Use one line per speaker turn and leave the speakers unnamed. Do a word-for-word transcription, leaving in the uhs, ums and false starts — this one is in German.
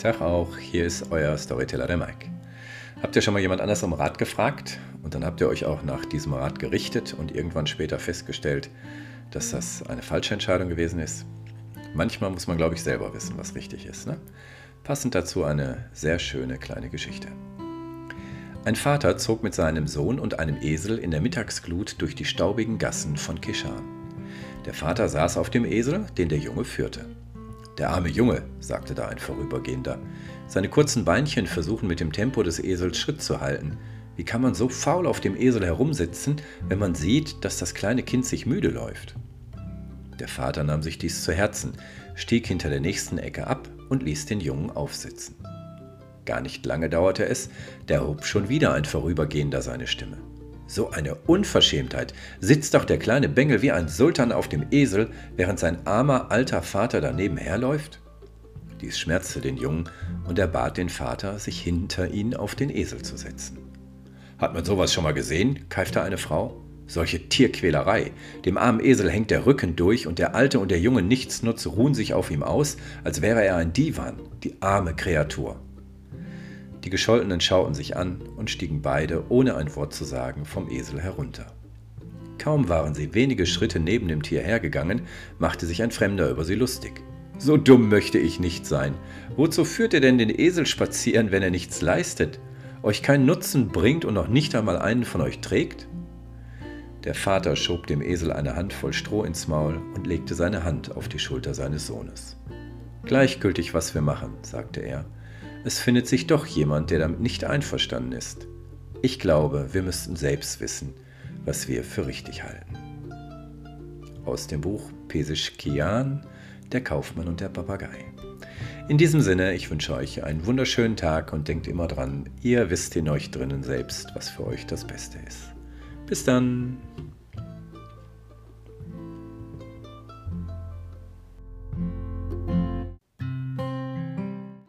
Tag auch, hier ist euer Storyteller, der Mike. Habt ihr schon mal jemand anders um Rat gefragt und dann habt ihr euch auch nach diesem Rat gerichtet und irgendwann später festgestellt, dass das eine falsche Entscheidung gewesen ist? Manchmal muss man, glaube ich, selber wissen, was richtig ist, ne? Passend dazu eine sehr schöne kleine Geschichte. Ein Vater zog mit seinem Sohn und einem Esel in der Mittagsglut durch die staubigen Gassen von Kishan. Der Vater saß auf dem Esel, den der Junge führte. »Der arme Junge«, sagte da ein Vorübergehender. »Seine kurzen Beinchen versuchen mit dem Tempo des Esels Schritt zu halten. Wie kann man so faul auf dem Esel herumsitzen, wenn man sieht, dass das kleine Kind sich müde läuft?« Der Vater nahm sich dies zu Herzen, stieg hinter der nächsten Ecke ab und ließ den Jungen aufsitzen. Gar nicht lange dauerte es, da erhob schon wieder ein Vorübergehender seine Stimme. »So eine Unverschämtheit! Sitzt doch der kleine Bengel wie ein Sultan auf dem Esel, während sein armer, alter Vater daneben herläuft?« Dies schmerzte den Jungen und er bat den Vater, sich hinter ihn auf den Esel zu setzen. »Hat man sowas schon mal gesehen?« keifte eine Frau. »Solche Tierquälerei! Dem armen Esel hängt der Rücken durch und der Alte und der junge Nichtsnutz ruhen sich auf ihm aus, als wäre er ein Divan, die arme Kreatur!« Die Gescholtenen schauten sich an und stiegen beide, ohne ein Wort zu sagen, vom Esel herunter. Kaum waren sie wenige Schritte neben dem Tier hergegangen, machte sich ein Fremder über sie lustig. »So dumm möchte ich nicht sein. Wozu führt ihr denn den Esel spazieren, wenn er nichts leistet? Euch keinen Nutzen bringt und noch nicht einmal einen von euch trägt?« Der Vater schob dem Esel eine Handvoll Stroh ins Maul und legte seine Hand auf die Schulter seines Sohnes. »Gleichgültig, was wir machen«, sagte er. »Es findet sich doch jemand, der damit nicht einverstanden ist. Ich glaube, wir müssten selbst wissen, was wir für richtig halten.« Aus dem Buch Pesisch Kian, der Kaufmann und der Papagei. In diesem Sinne, ich wünsche euch einen wunderschönen Tag und denkt immer dran, ihr wisst in euch drinnen selbst, was für euch das Beste ist. Bis dann!